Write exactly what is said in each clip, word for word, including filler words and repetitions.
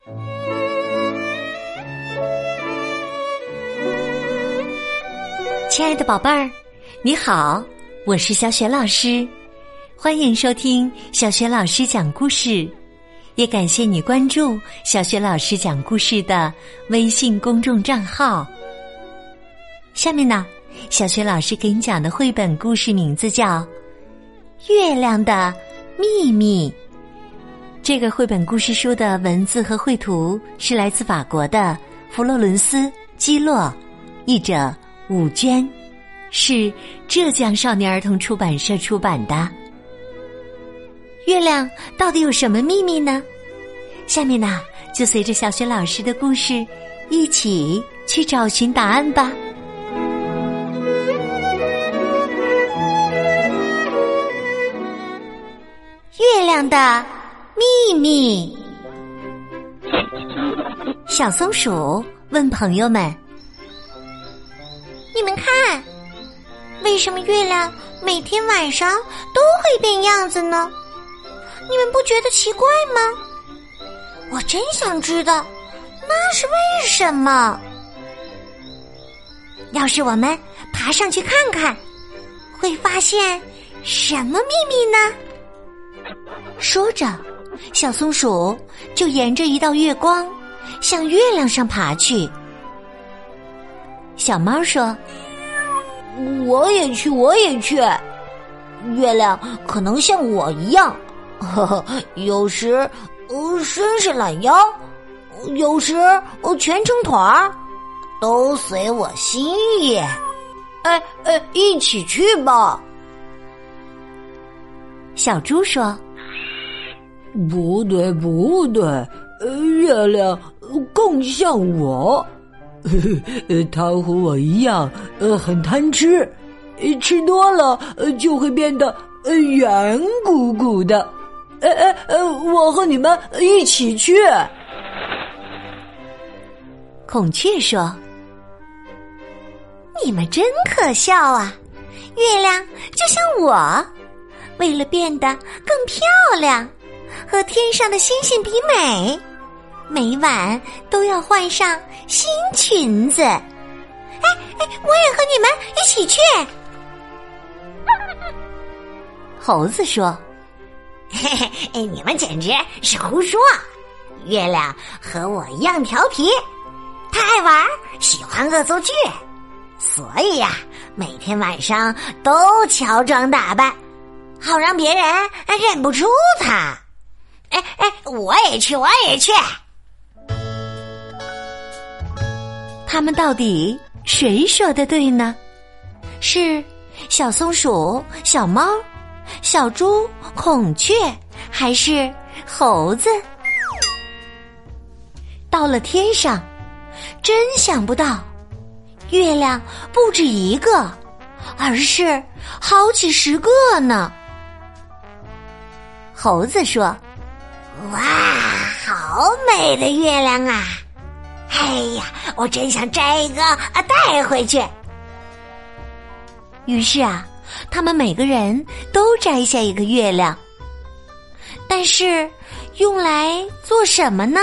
亲爱的宝贝儿，你好，我是小雪老师，欢迎收听小雪老师讲故事，也感谢你关注小雪老师讲故事的微信公众账号。下面呢，小雪老师给你讲的绘本故事名字叫《月亮的秘密》。这个绘本故事书的文字和绘图是来自法国的弗洛伦斯·基洛，译者武娟，是浙江少年儿童出版社出版的。月亮到底有什么秘密呢？下面呢，就随着小雪老师的故事一起去找寻答案吧。月亮的秘密。小松鼠问朋友们， 你们看，为什么月亮每天晚上都会变样子呢？你们不觉得奇怪吗？我真想知道，那是为什么？要是我们爬上去看看，会发现什么秘密呢？ 说着，小松鼠就沿着一道月光向月亮上爬去。小猫说， 我也去，我也去。月亮可能像我一样，呵呵，有时呃伸伸懒腰，有时呃蜷成团儿，都随我心意。哎哎，一起去吧。 小猪说， 不对不对，呃，月亮更像我。它和我一样，呃，很贪吃，吃多了呃就会变得呃圆鼓鼓的。哎哎呃，我和你们一起去。 孔雀说， 你们真可笑啊！月亮就像我，为了变得更漂亮，和天上的星星比美，每晚都要换上新裙子。哎哎，我也和你们一起去。 猴子说， 嘿嘿，你们简直是胡说！月亮和我一样调皮，他爱玩，喜欢恶作剧，所以呀、啊，每天晚上都乔装打扮，好让别人认不出他。哎哎，我也去，我也去。 他们到底谁说的对呢？是小松鼠、小猫、小猪、孔雀，还是猴子？到了天上，真想不到，月亮不止一个，而是好几十个呢。猴子说， 哇，好美的月亮啊！哎呀，我真想摘一个啊带回去。 于是啊，他们每个人都摘下一个月亮，但是用来做什么呢？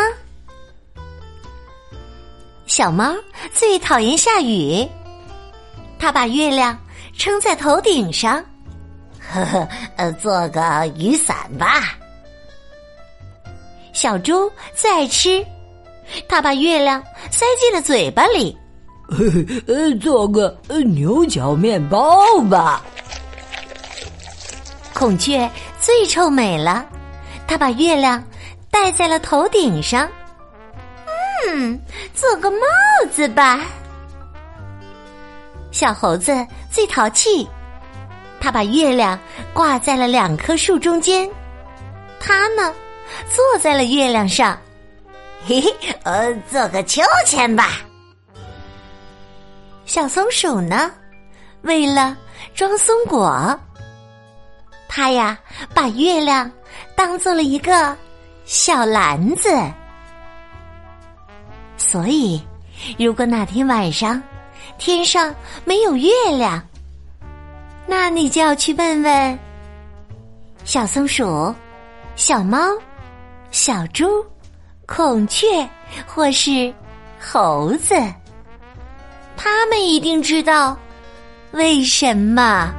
小猫最讨厌下雨，它把月亮撑在头顶上， 呵呵，呃，做个雨伞吧。 小猪最爱吃，它把月亮塞进了嘴巴里， 呃，做个牛角面包吧。 孔雀最臭美了，它把月亮戴在了头顶上， 嗯，做个帽子吧。 小猴子最淘气，它把月亮挂在了两棵树中间，它呢坐在了月亮上。 嘿嘿，呃，做个秋千吧。 小松鼠呢，为了装松果，它呀把月亮当做了一个小篮子。所以，如果哪天晚上天上没有月亮，那你就要去问问小松鼠、小猫、小猪、 孔雀或是猴子，他们一定知道为什么。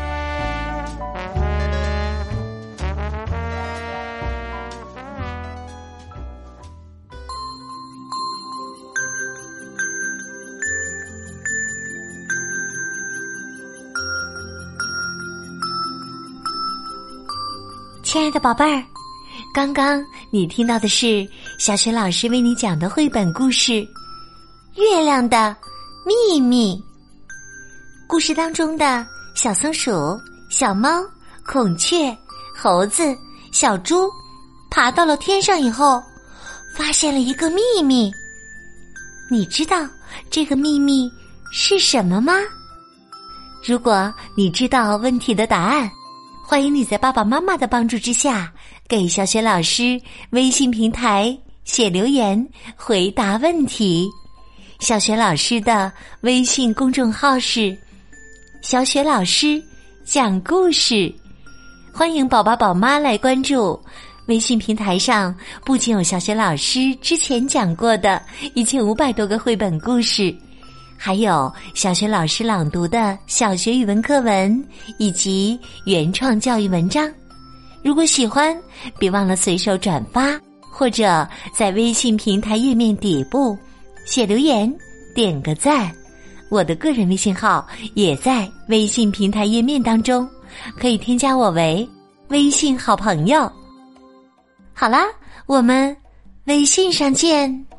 亲爱的宝贝儿，刚刚你听到的是小雪老师为你讲的绘本故事《月亮的秘密》。故事当中的小松鼠、小猫、孔雀、猴子、小猪爬到了天上以后，发现了一个秘密。你知道这个秘密是什么吗？如果你知道问题的答案，欢迎你在爸爸妈妈的帮助之下，给小雪老师微信平台写留言回答问题。小雪老师的微信公众号是小雪老师讲故事，欢迎宝宝宝妈来关注。微信平台上不仅有小雪老师之前讲过的一千五百多个绘本故事，还有小学老师朗读的小学语文课文以及原创教育文章。如果喜欢，别忘了随手转发，或者在微信平台页面底部写留言点个赞。我的个人微信号也在微信平台页面当中，可以添加我为微信好朋友。好啦，我们微信上见。